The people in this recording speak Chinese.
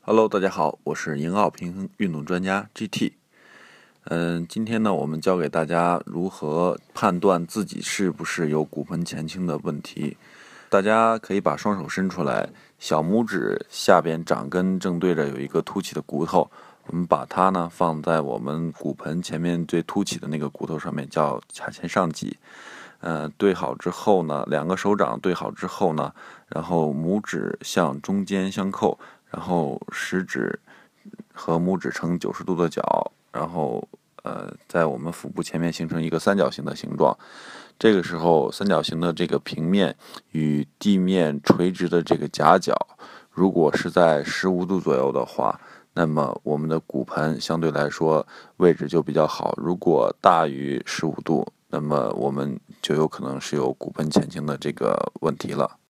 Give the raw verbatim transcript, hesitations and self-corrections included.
Hello，大家好，我是银奥平衡运动专家 G T。嗯，今天呢，我们教给大家如何判断自己是不是有骨盆前倾的问题。大家可以把双手伸出来，小拇指下边掌根正对着有一个凸起的骨头，我们把它呢放在我们骨盆前面最凸起的那个骨头上面，叫髂前上棘。呃，对好之后呢，两个手掌对好之后呢，然后拇指向中间相扣，然后食指和拇指成九十度的角，然后呃，在我们腹部前面形成一个三角形的形状。这个时候，三角形的这个平面与地面垂直的这个夹角，如果是在十五度左右的话，那么我们的骨盆相对来说位置就比较好。如果大于十五度，那么我们就有可能是有骨盆前倾的这个问题了。